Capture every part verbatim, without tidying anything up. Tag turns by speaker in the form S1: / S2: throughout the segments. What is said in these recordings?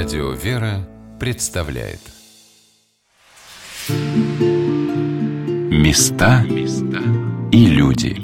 S1: Радио «Вера» представляет Места и люди.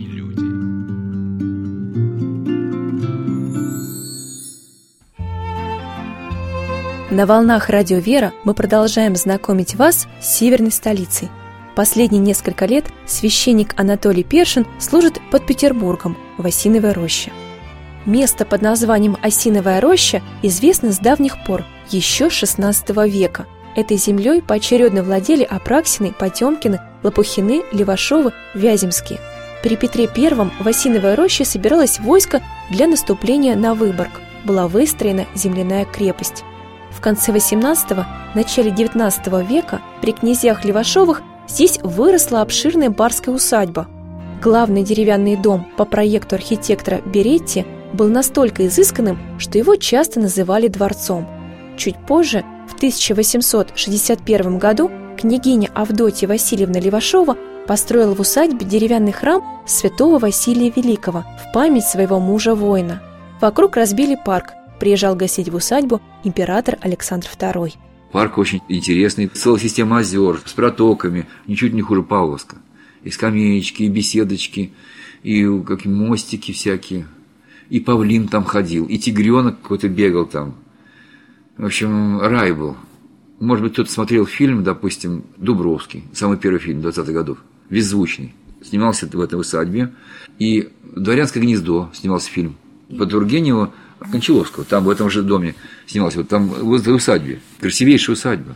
S2: На волнах Радио «Вера» мы продолжаем знакомить вас с северной столицей. Последние несколько лет священник Анатолий Першин служит под Петербургом, в Осиновой роще. Место под названием Осиновая роща известно с давних пор, еще с шестнадцатого века. Этой землей поочередно владели Апраксины, Потемкины, Лопухины, Левашовы, Вяземские. При Петре Первом в Осиновой роще собиралось войско для наступления на Выборг. Была выстроена земляная крепость. В конце восемнадцатого, начале девятнадцатого века при князьях Левашовых здесь выросла обширная барская усадьба. Главный деревянный дом по проекту архитектора Беретти был настолько изысканным, что его часто называли дворцом. Чуть позже, в тысяча восемьсот шестьдесят первом году, княгиня Авдотья Васильевна Левашова построила в усадьбе деревянный храм святого Василия Великого в память своего мужа-воина. Вокруг разбили парк. Приезжал гостить в усадьбу император Александр Второй.
S3: Парк очень интересный, целая система озер с протоками, ничуть не хуже Павловска. И скамеечки, и беседочки, и как мостики всякие. И павлин там ходил, и тигренок какой-то бегал там. В общем, рай был. Может быть, кто-то смотрел фильм, допустим, «Дубровский», самый первый фильм двадцатых годов, беззвучный. Снимался в этой усадьбе. И «Дворянское гнездо» снимался фильм. По Тургеневу Кончаловского, там в этом же доме снимался, вот там в этой усадьбе, красивейшая усадьба.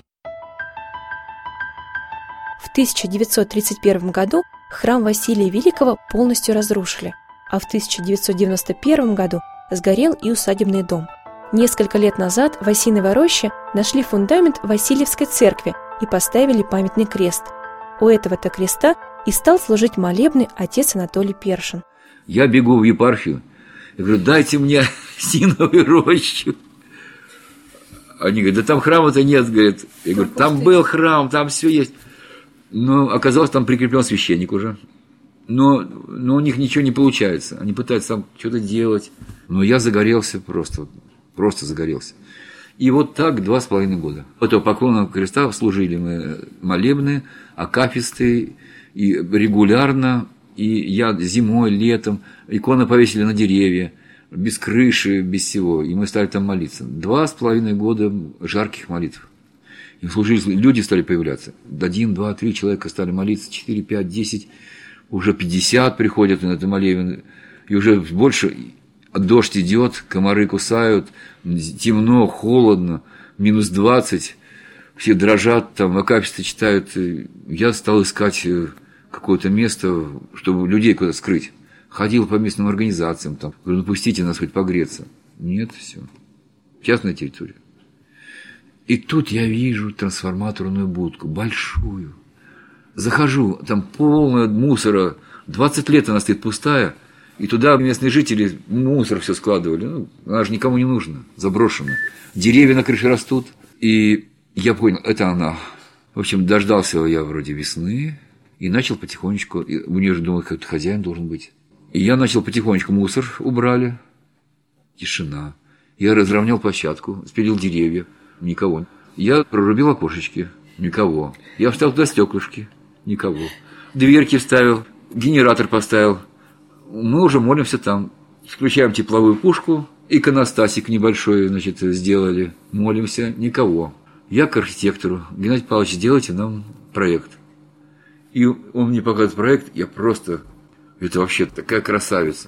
S2: В тысяча девятьсот тридцать первом году храм Василия Великого полностью разрушили, а в тысяча девятьсот девяносто первом году сгорел и усадебный дом. Несколько лет назад в Осиновой роще нашли фундамент Васильевской церкви и поставили памятный крест. У этого-то креста и стал служить молебный отец Анатолий Першин.
S3: Я бегу в епархию, я говорю, дайте мне Осиновую рощу. Они говорят, да там храма-то нет, говорят. Я говорю, там был храм, там все есть. Но оказалось, там прикреплен священник уже. Но, но у них ничего не получается. Они пытаются там что-то делать. Но я загорелся просто, просто загорелся. И вот так два с половиной года. Этого поклона креста служили мы молебны, акафисты, и регулярно. И я зимой, летом, иконы повесили на деревья, без крыши, без всего. И мы стали там молиться. Два с половиной года жарких молитв. И служили, люди стали появляться. Один, два, три человека стали молиться, четыре, пять, десять, уже пятьдесят приходят на это молебен. И уже больше дождь идет, комары кусают, темно, холодно, минус двадцать. Все дрожат, там акафисты читают. Я стал искать какое-то место, чтобы людей куда-то скрыть. Ходил по местным организациям, там, говорю, ну пустите нас хоть погреться. Нет, все. Частная территория. И тут я вижу трансформаторную будку, большую. Захожу, там полно мусора. двадцать лет она стоит пустая. И туда местные жители мусор все складывали. Ну, она же никому не нужна, заброшена. Деревья на крыше растут. И я понял, это она. В общем, дождался я вроде весны. И начал потихонечку, у нее же, думал, как-то хозяин должен быть. И я начал потихонечку, мусор убрали, тишина. Я разровнял площадку, спилил деревья, никого. Я прорубил окошечки, никого. Я вставил туда стеклышки, никого. Дверки вставил, генератор поставил. Мы уже молимся там. Включаем тепловую пушку, иконостасик небольшой, значит, сделали. Молимся, никого. Я к архитектору. Геннадий Павлович, сделайте нам проект. И он мне показывает проект, я просто... Это вообще такая красавица.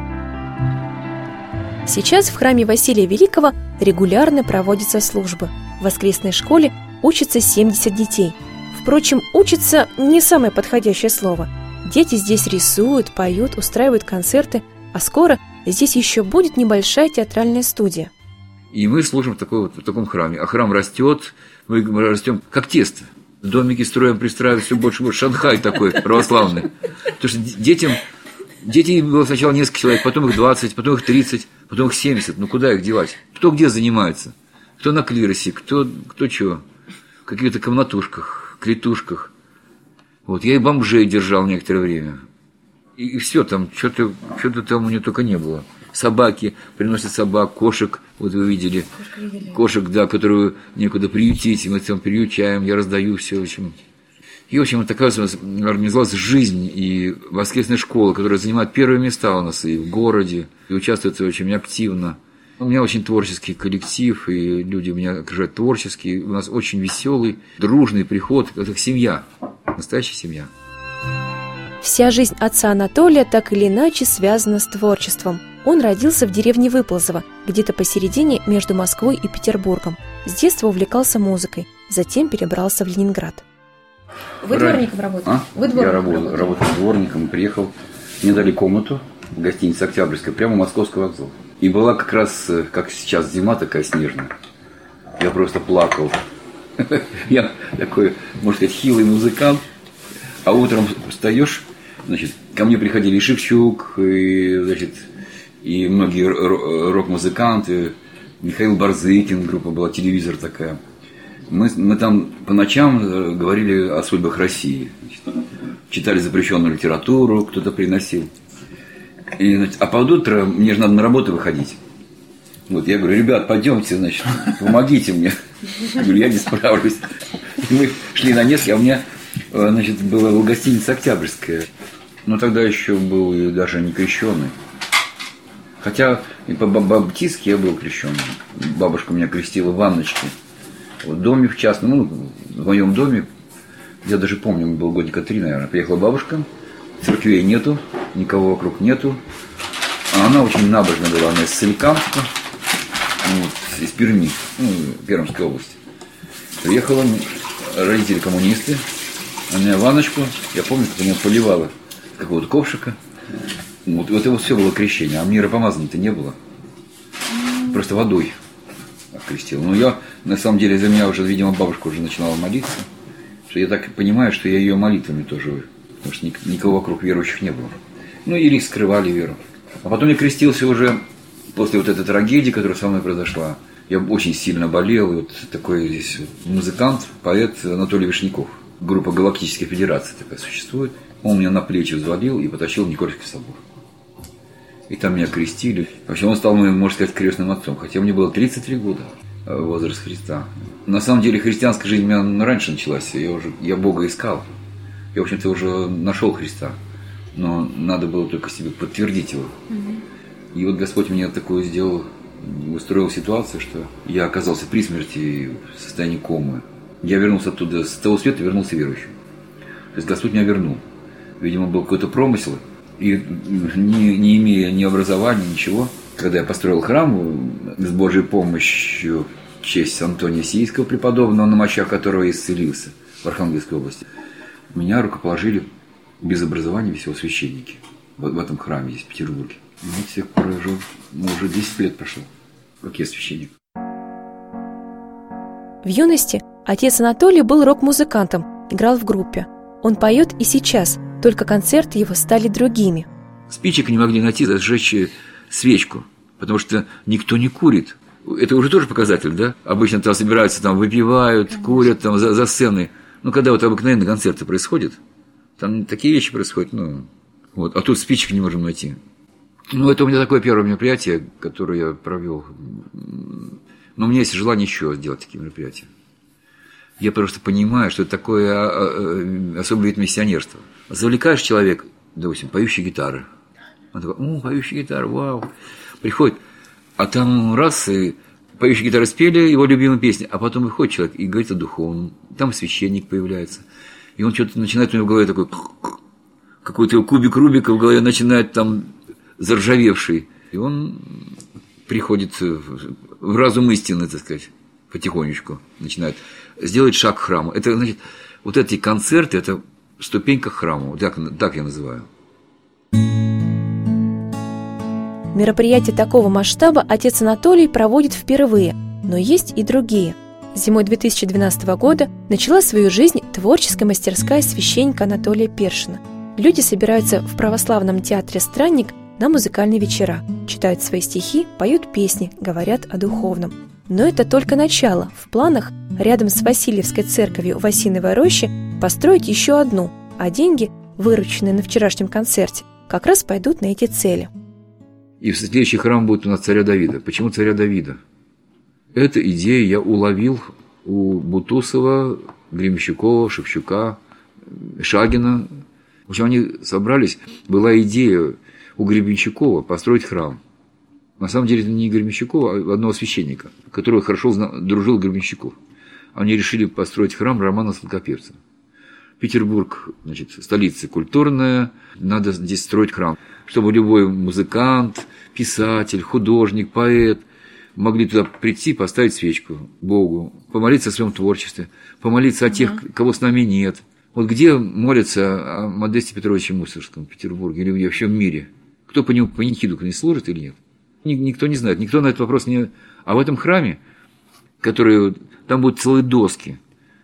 S2: Сейчас в храме Василия Великого регулярно проводятся службы. В воскресной школе учатся семьдесят детей. Впрочем, учатся не самое подходящее слово. Дети здесь рисуют, поют, устраивают концерты, а скоро здесь еще будет небольшая театральная студия.
S3: И мы служим в, такой вот, в таком храме. А храм растет, мы растем как тесто. Домики строим, пристраиваем все больше и больше. Шанхай такой православный. Потому что детям, дети было сначала несколько человек, потом их двадцать, потом их тридцать, потом их семьдесят. Ну куда их девать? Кто где занимается? Кто на клиросе, кто, кто чего? В каких-то комнатушках, клетушках. Вот, я и бомжей держал некоторое время. И, и все там, что-то, что-то там у него только не было. собаки, приносят собак, кошек, вот вы видели, кошек, да, которую некуда приютить, и мы там приютяем, я раздаю все, в общем. И, в общем, такая у нас организовалась жизнь и воскресная школа, которая занимает первые места у нас и в городе, и участвует очень активно. У меня очень творческий коллектив, и люди меня окружают творческие. У нас очень веселый, дружный приход. Это семья, настоящая семья.
S2: Вся жизнь отца Анатолия так или иначе связана с творчеством. Он родился в деревне Выползово, где-то посередине между Москвой и Петербургом. С детства увлекался музыкой, затем перебрался в Ленинград.
S4: Вы дворником работаете?
S5: А?
S4: Вы
S5: Я работал, работал дворником, приехал, мне дали комнату в гостинице «Октябрьская», прямо у Московского вокзала. И была как раз, как сейчас, зима такая снежная. Я просто плакал. Я такой, можно сказать, хилый музыкант. А утром встаешь, значит, ко мне приходили и Шевчук, и, значит, и многие рок-музыканты, Михаил Барзыкин, группа была, телевизор такая. Мы, мы там по ночам говорили о судьбах России. Значит, читали запрещенную литературу, кто-то приносил. И, значит, а под утро мне же надо на работу выходить. Вот, я говорю, ребят, пойдемте, значит, помогите мне. Я говорю, я не справлюсь. И мы шли на несколько, а у меня, значит, была гостиница «Октябрьская». Но тогда еще был даже не крещеный. Хотя и по-баптистски я был крещеный. Бабушка меня крестила в ванночке. В доме в частном, ну, в моем доме, я даже помню, было годика три, наверное, приехала бабушка, церквей нету, никого вокруг нету. А она очень набожная была, она из Соликамска, вот, из Перми, ну, Пермской области. Приехала, родители коммунисты, а меня ванночку, я помню, как меня поливала с какого-то ковшика. Вот, вот это вот все было крещение, а миропомазания-то не было. Просто водой крестил. Но я, на самом деле, за меня уже, видимо, бабушка уже начинала молиться. Что я так понимаю, что я ее молитвами тоже, потому что никого вокруг верующих не было. Ну, или скрывали веру. А потом я крестился уже после вот этой трагедии, которая со мной произошла. Я очень сильно болел. И вот такой здесь музыкант, поэт Анатолий Вишняков. Группа «Галактическая федерация» такая существует. Он меня на плечи взвалил и потащил в Никольский собор. И там меня крестили. Вообще он стал моим, можно сказать, крестным отцом. Хотя мне было тридцать три года, возраст Христа. На самом деле христианская жизнь у меня раньше началась. Я, уже, я Бога искал. Я, в общем-то, уже нашел Христа. Но надо было только себе подтвердить его. Mm-hmm. И вот Господь мне такое сделал, устроил ситуацию, что я оказался при смерти в состоянии комы. Я вернулся оттуда, с того света вернулся верующим. То есть Господь меня вернул. Видимо, был какой-то промысел. И не, не имея ни образования, ничего, когда я построил храм с Божьей помощью в честь Антония Сийского преподобного, на мощах которого исцелился в Архангельской области, меня рукоположили без образования всего священники в, в этом храме здесь, в Петербурге. И вот с тех пор уже, ну, уже десять лет прошло, как я священник.
S2: В юности отец Анатолий был рок-музыкантом, играл в группе. Он поет и сейчас, только концерты его стали другими.
S3: Спичек не могли найти, зажечь свечку, потому что никто не курит. Это уже тоже показатель, да? Обычно там собираются, там выпивают, курят там за, за сценой. Ну, когда вот обыкновенные концерты происходят, там такие вещи происходят, ну, вот. А тут спичек не можем найти. Ну, это у меня такое первое мероприятие, которое я провел. Но у меня есть желание еще сделать такие мероприятия. Я просто понимаю, что это такое особый вид миссионерства. Завлекаешь человека, допустим, поющие гитары. Он такой, о, поющие гитары, вау. Приходит, а там раз, и поющие гитары спели его любимые песни, а потом выходит человек и говорит о духовном. Там священник появляется. И он что-то начинает у него в голове такой, какой-то кубик Рубика в голове начинает там заржавевший. И он приходит в разум истины, так сказать, потихонечку начинает сделать шаг к храму. Это, значит, вот эти концерты, это ступенька к храму, вот так, так я называю.
S2: Мероприятия такого масштаба отец Анатолий проводит впервые, но есть и другие. Зимой две тысячи двенадцатого года начала свою жизнь творческая мастерская священника Анатолия Першина. Люди собираются в православном театре «Странник» на музыкальные вечера, читают свои стихи, поют песни, говорят о духовном. Но это только начало. В планах рядом с Васильевской церковью в Осиновой роще построить еще одну, а деньги, вырученные на вчерашнем концерте, как раз пойдут на эти цели.
S3: И следующий храм будет у нас царя Давида. Почему царя Давида? Эту идею я уловил у Бутусова, Гремещукова, Шевчука, Шагина. В общем, они собрались, была идея у Гребенщикова построить храм. На самом деле это не Гребенщикова, а одного священника, которого хорошо знал, дружил Гребенщиков. Они решили построить храм Романа Сладкоперца. Петербург, значит, столица культурная, надо здесь строить храм, чтобы любой музыкант, писатель, художник, поэт могли туда прийти, поставить свечку Богу, помолиться о своем творчестве, помолиться о тех, кого с нами нет. Вот где молятся о Модесте Петровиче Мусоргском в Петербурге или вообще в мире? Кто по нему панихиду не служит или нет? Никто не знает, никто на этот вопрос не... А в этом храме, который... Там будут целые доски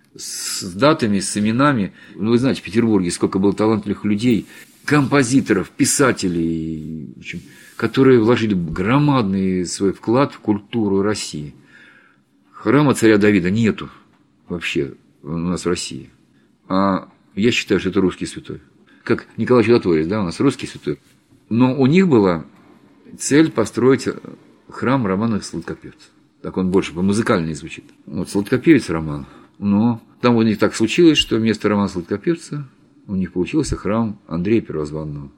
S3: с датами, с именами. Ну, вы знаете, в Петербурге сколько было талантливых людей, композиторов, писателей, в общем, которые вложили громадный свой вклад в культуру России. Храма царя Давида нету вообще у нас в России. А я считаю, что это русский святой. Как Николай Чудотворец, да, у нас русский святой. Но у них была цель построить храм Романа Сладкоперца. Так он больше по-музыкальнее звучит. Вот Сладкоперец Роман. Но там у них так случилось, что вместо Романа Сладкоперца у них получился храм Андрея Первозванного.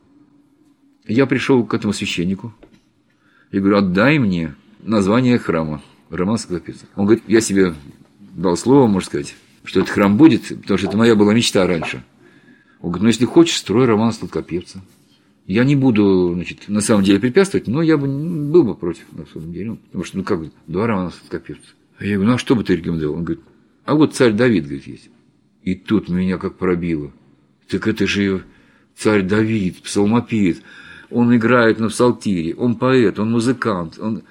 S3: Я пришел к этому священнику и говорю, отдай мне название храма Романа Сладкоперца. Он говорит, я себе дал слово, можно сказать, что этот храм будет, потому что это моя была мечта раньше. Он говорит, ну если хочешь, строй Романа Сладкоперца. Я не буду, значит, на самом деле препятствовать, но я бы был бы против, на самом деле. Потому что, ну как, два Романа Сладкоперца. Я говорю, ну а что бы ты рекомендовал? Он говорит, а вот царь Давид, говорит, есть. И тут меня как пробило. Так это же царь Давид, псалмопевец. Он играет на псалтире, он поэт, он музыкант, он,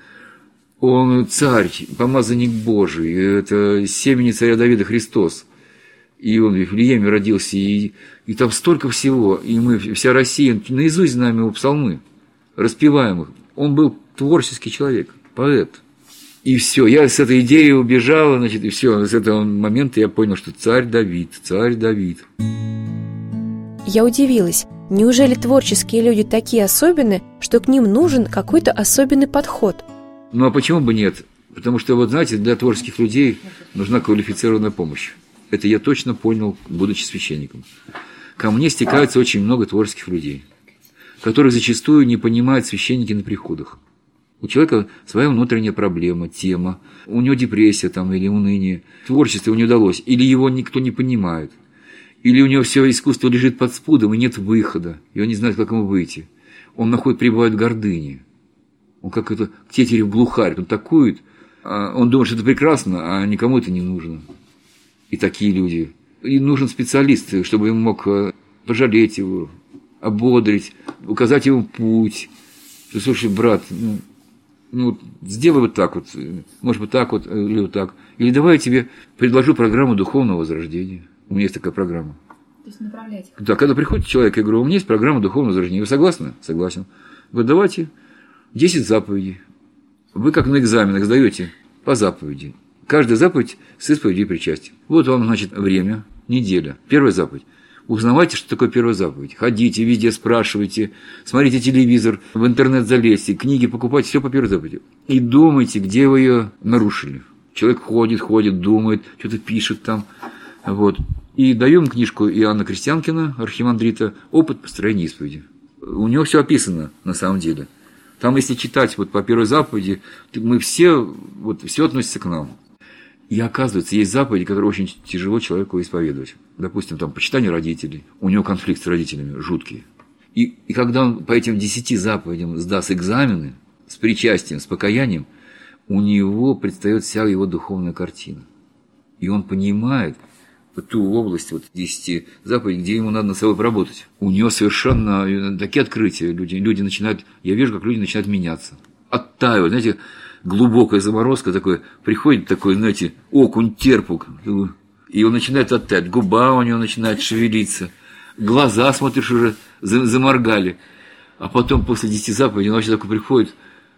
S3: он царь, помазанник Божий, это семени царя Давида Христос. И он в Вифлееме родился, и, и там столько всего, и мы, вся Россия, наизусть знаем его псалмы, распеваем их. Он был творческий человек, поэт. И все, я с этой идеей убежал, значит, и все, с этого момента я понял, что царь Давид, царь Давид.
S2: Я удивилась. Неужели творческие люди такие особенные, что к ним нужен какой-то особенный подход?
S3: Ну а почему бы нет? Потому что, вот знаете, для творческих людей нужна квалифицированная помощь. Это я точно понял, будучи священником. Ко мне стекается очень много творческих людей, которых зачастую не понимают священники на приходах. У человека своя внутренняя проблема, тема, у него депрессия там, или уныние, творчество не удалось, или его никто не понимает, или у него все искусство лежит под спудом и нет выхода, и он не знает, как ему выйти. Он находит, пребывает в гордыне. Он как это тетерев глухарь, он такует, он думает, что это прекрасно, а никому это не нужно. И такие люди. И нужен специалист, чтобы он мог пожалеть его, ободрить, указать ему путь. Что, слушай, брат, ну, ну, сделай вот так вот, может быть, так вот, или вот так. Или давай я тебе предложу программу духовного возрождения. У меня есть такая программа.
S4: То есть направлять.
S3: Да, когда приходит человек, я говорю, у меня есть программа духовного возрождения. Вы согласны? Согласен. Вы давайте десять заповедей. Вы как на экзаменах сдаете по заповеди. Каждая заповедь с исповедью и причастием. Вот вам, значит, время, неделя. Первая заповедь. Узнавайте, что такое первая заповедь. Ходите, везде спрашивайте, смотрите телевизор, в интернет залезьте, книги покупайте, все по первой заповеди. И думайте, где вы ее нарушили. Человек ходит, ходит, думает, что-то пишет там. Вот. И даем книжку Иоанна Крестьянкина, архимандрита, «Опыт построения исповеди». У него все описано на самом деле. Там, если читать вот по первой заповеди, мы все, вот, все относится к нам. И оказывается, есть заповеди, которые очень тяжело человеку исповедовать. Допустим, там, почитание родителей. У него конфликт с родителями жуткий. И, и когда он по этим десяти заповедям сдаст экзамены с причастием, с покаянием, у него предстает вся его духовная картина. И он понимает вот ту область, вот десяти заповедей, где ему надо над собой поработать. У него совершенно такие открытия. Люди, люди начинают, я вижу, как люди начинают меняться. Оттаивают, знаете, глубокая заморозка такой, приходит такой, знаете, окунь, терпук, и он начинает оттаять, губа у него начинает шевелиться, глаза, смотришь, уже заморгали, а потом после десяти заповедей он вообще такой приходит,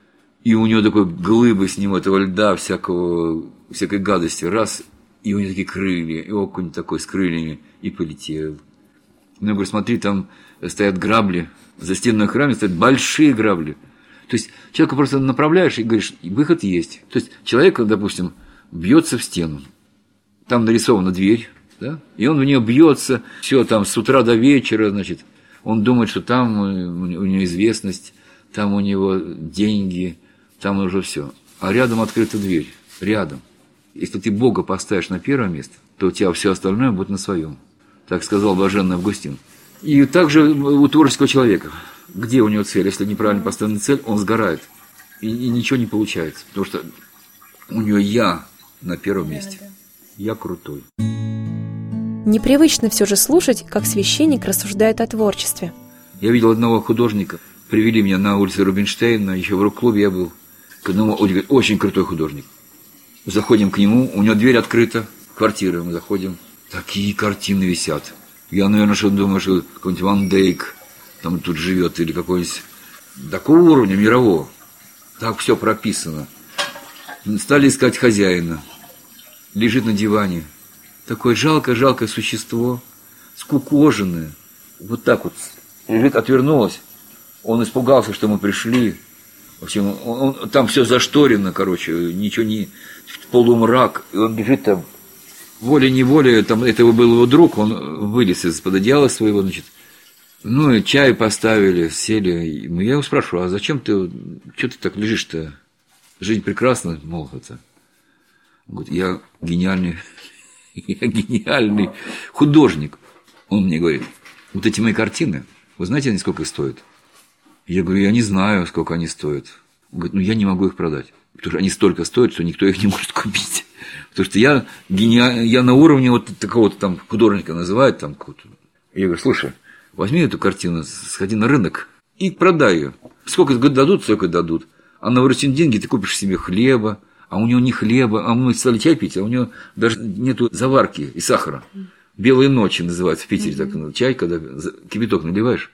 S3: и у него такой глыбы с ним этого льда, всякого, всякой гадости, раз, и у него такие крылья, и окунь такой с крыльями, и полетел. Я говорю, смотри, там стоят грабли, за стеной храме стоят большие грабли. То есть человека просто направляешь и говоришь, выход есть. То есть человек, допустим, бьется в стену, там нарисована дверь, да? И он в нее бьется, все там с утра до вечера, значит, он думает, что там у него известность, там у него деньги, там уже все. А рядом открыта дверь, рядом. Если ты Бога поставишь на первое место, то у тебя все остальное будет на своем. Так сказал блаженный Августин. И также у творческого человека. Где у него цель? Если неправильно поставлена цель, он сгорает. И, и ничего не получается. Потому что у него я на первом месте. Я крутой.
S2: Непривычно все же слушать, как священник рассуждает о творчестве.
S3: Я видел одного художника. Привели меня на улице Рубинштейна, еще в рок-клубе я был. К одному очень крутой художник. Заходим к нему, у него дверь открыта, квартира, мы заходим. Такие картины висят. Я, наверное, что думаю, что какой-нибудь Ван Дейк там тут живет или какой-нибудь такого уровня мирового. Так все прописано. Стали искать хозяина. Лежит на диване. Такое жалкое-жалкое существо, скукоженное. Вот так вот лежит, отвернулось. Он испугался, что мы пришли. В общем, он, он, там все зашторено, короче, ничего не... полумрак. И он лежит там. Волей-неволей, там, это был его друг, он вылез из-под одеяла своего, значит. Ну, и чай поставили, сели. Я его спрашиваю, а зачем ты, что ты так лежишь-то? Жизнь прекрасна, мол, это. Он говорит, я гениальный, я гениальный художник. Он мне говорит, вот эти мои картины, вы знаете, они сколько стоят? Я говорю, я не знаю, сколько они стоят. Он говорит, ну, я не могу их продать, потому что они столько стоят, что никто их не может купить. Потому что я, гени... я на уровне вот такого-то там художника называют там какого-то. Я говорю, слушай, возьми эту картину, сходи на рынок и продай ее. Сколько дадут, столько дадут. А на вырученные деньги ты купишь себе хлеба, а у него не хлеба, а мы стали чай пить, а у него даже нету заварки и сахара. Белые ночи называется в Питере, так, чай, когда кипяток наливаешь.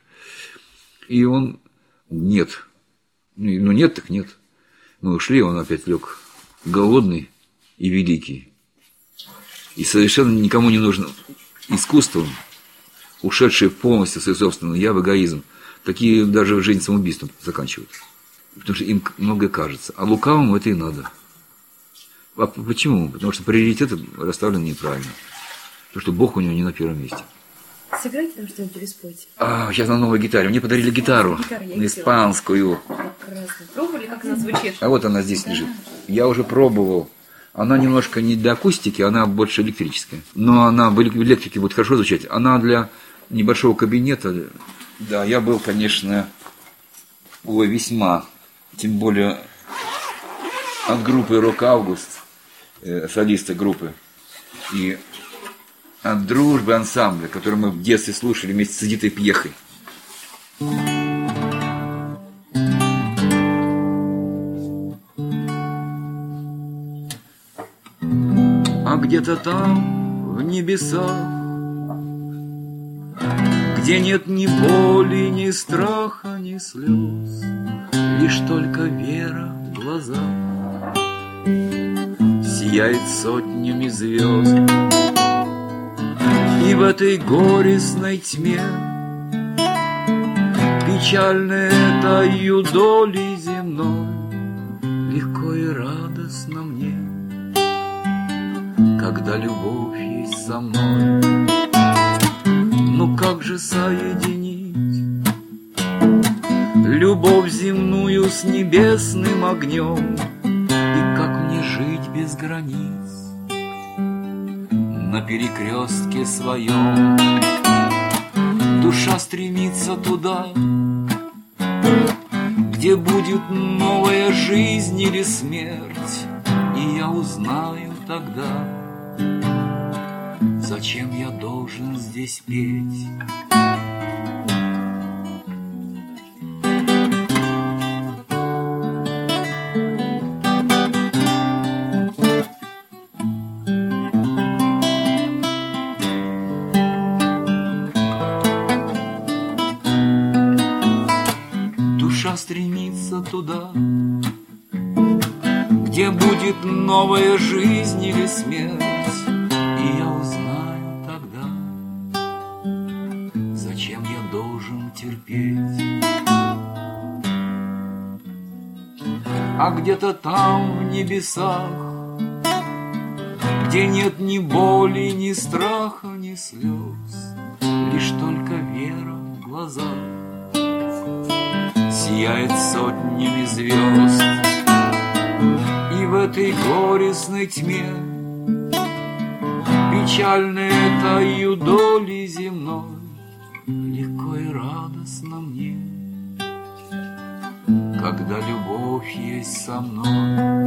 S3: И он, нет. Ну нет, так нет. Мы ушли, он опять лег голодный и великий. И совершенно никому не нужно искусством, ушедшие полностью своим собственным я в эгоизм. Такие даже жизнь самоубийством заканчивают. Потому что им многое кажется. А лукавому это и надо. А почему? Потому что приоритеты расставлены неправильно. Потому что Бог у него не на первом месте.
S4: Сыграйте там что-нибудь или спойте.
S3: А, сейчас на новой гитаре. Мне подарили гитару.
S4: Гитара,
S3: на испанскую.
S4: Прекрасно. Пробовали, как она звучит?
S3: А вот она здесь лежит. Я уже пробовал. Она немножко не для акустики, она больше электрическая. Но она в электрике будет хорошо звучать. Она для небольшого кабинета. Да, я был, конечно, ой, весьма. Тем более от группы «Рок Август», э, солиста группы. И от «Дружбы» ансамбля, который мы в детстве слушали вместе с Эдитой Пьехой. А где-то там, в небесах, где нет ни боли, ни страха, ни слез, лишь только вера в глазах, сияет сотнями звезд. И в этой горестной тьме, печальной этою доли земной, легко и радостно мне, когда любовь есть со мной. Ну как же соединить любовь земную с небесным огнем? И как мне жить без границ на перекрестке своем? Душа стремится туда, где будет новая жизнь или смерть, и я узнаю тогда, зачем я должен здесь петь. Душа стремится туда, где будет новая жизнь или смерть, и я узнаю тогда, зачем я должен терпеть. А где-то там, в небесах, где нет ни боли, ни страха, ни слез, лишь только вера в глазах сияет сотнями звезд. И в этой горестной тьме печальные таю доли земной, легко и радостно мне, когда любовь есть со мной.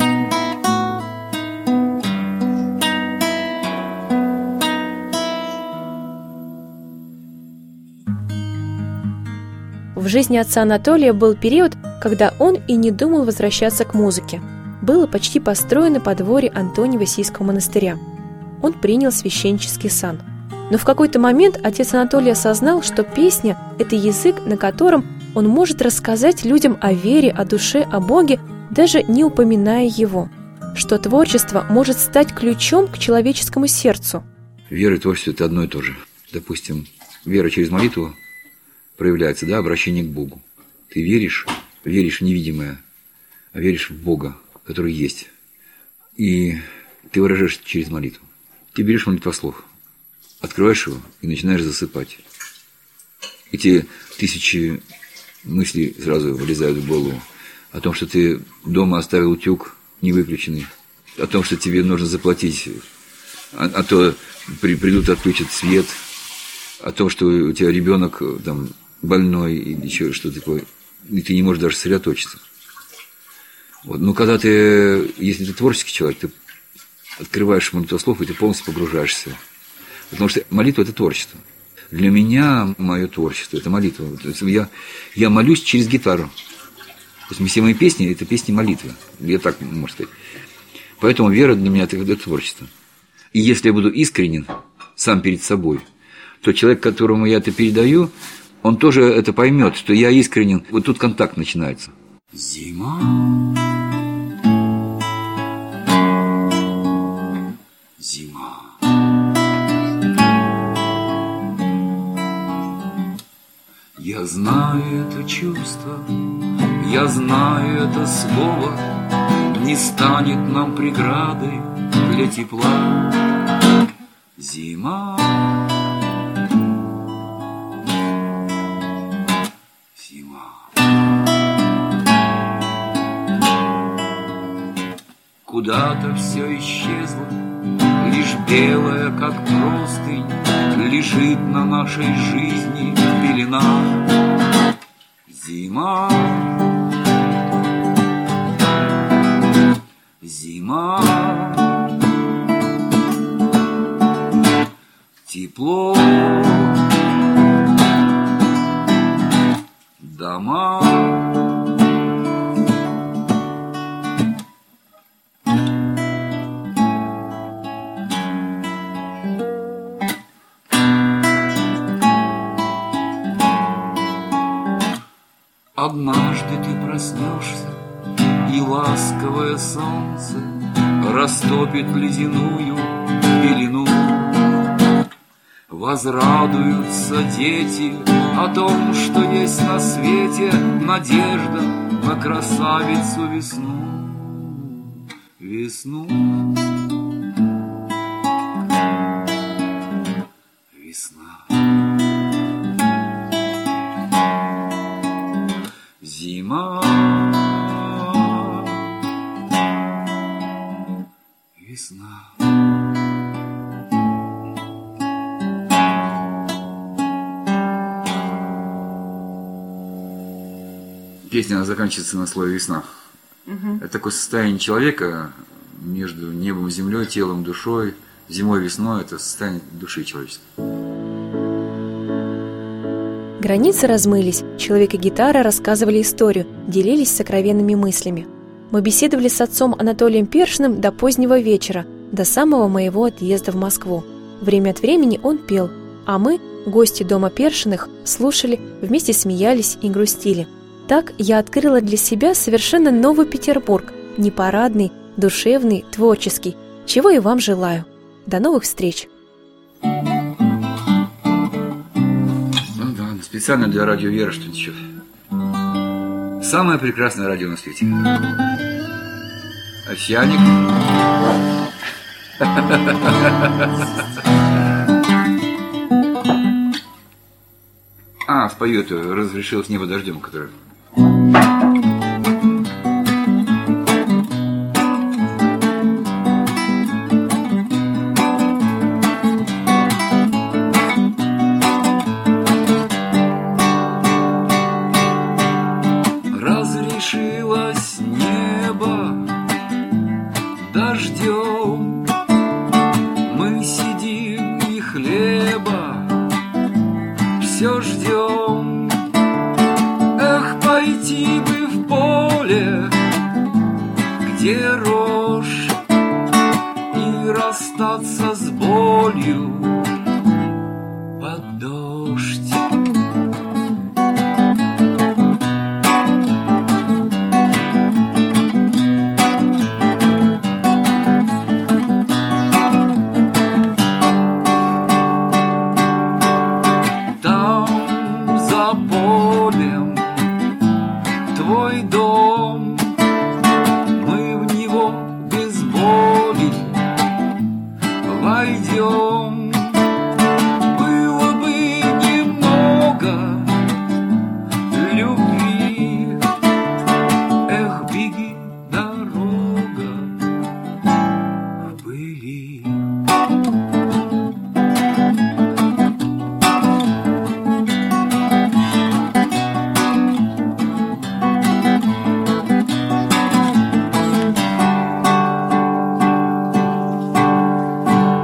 S2: В жизни отца Анатолия был период, когда он и не думал возвращаться к музыке. Было почти построено подворье Антоний-Васильского монастыря. Он принял священнический сан. Но в какой-то момент отец Анатолий осознал, что песня – это язык, на котором он может рассказать людям о вере, о душе, о Боге, даже не упоминая его. Что творчество может стать ключом к человеческому сердцу.
S3: Вера и творчество – это одно и то же. Допустим, вера через молитву проявляется, да, обращение к Богу. Ты веришь, веришь в невидимое, а веришь в Бога, который есть. И ты выражаешь это через молитву. Ты берешь молитвослов, открываешь его и начинаешь засыпать. Эти тысячи мыслей сразу вылезают в голову. О том, что ты дома оставил утюг не выключенный. О том, что тебе нужно заплатить, а, а то при, придут, отключат свет. О том, что у тебя ребенок там больной или еще что-то такое. И ты не можешь даже сосредоточиться. Вот. Но когда ты, если ты творческий человек, ты открываешь молитвослов, и ты полностью погружаешься. Потому что молитва – это творчество. Для меня мое творчество – это молитва. Я, я молюсь через гитару. То есть все мои песни – это песни молитвы. Я так, можно сказать. Поэтому вера для меня – это, это творчество. И если я буду искренен сам перед собой, то человек, которому я это передаю, он тоже это поймет, что я искренен. Вот тут контакт начинается. Зима. Зима. Я знаю это чувство, я знаю это слово, не станет нам преградой для тепла. Зима. Куда-то все исчезло, лишь белое, как простынь, лежит на нашей жизни пелена. Зима, зима, тепло, дома. Однажды ты проснешься, и ласковое солнце растопит ледяную пелену. Возрадуются дети о том, что есть на свете надежда на красавицу весну. Весну. Весна. Зима, весна. Песня она заканчивается на слове «весна». Угу. Это такое состояние человека между небом и землей, телом, душой. Зимой, весной – это состояние души человеческой.
S2: Границы размылись, человек и гитара рассказывали историю, делились сокровенными мыслями. Мы беседовали с отцом Анатолием Першиным до позднего вечера, до самого моего отъезда в Москву. Время от времени он пел, а мы, гости дома Першиных, слушали, вместе смеялись и грустили. Так я открыла для себя совершенно новый Петербург, непарадный, душевный, творческий, чего и вам желаю. До новых встреч!
S3: Специально для радио «Вера» что-нибудь еще. Самое прекрасное радио на свете. Овсяник. А, спою эту «Разрешилось небо дождем», которая... Разрешилось небо дождем, мы сидим и хлеба все ждем. Эх, пойти бы в поле, где рожь, и расстаться с болью под дождь. Твой дом, мы в него без боли войдем. Было бы немного любви, эх, беги, дорога в пыли.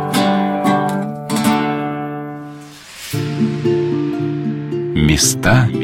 S1: Места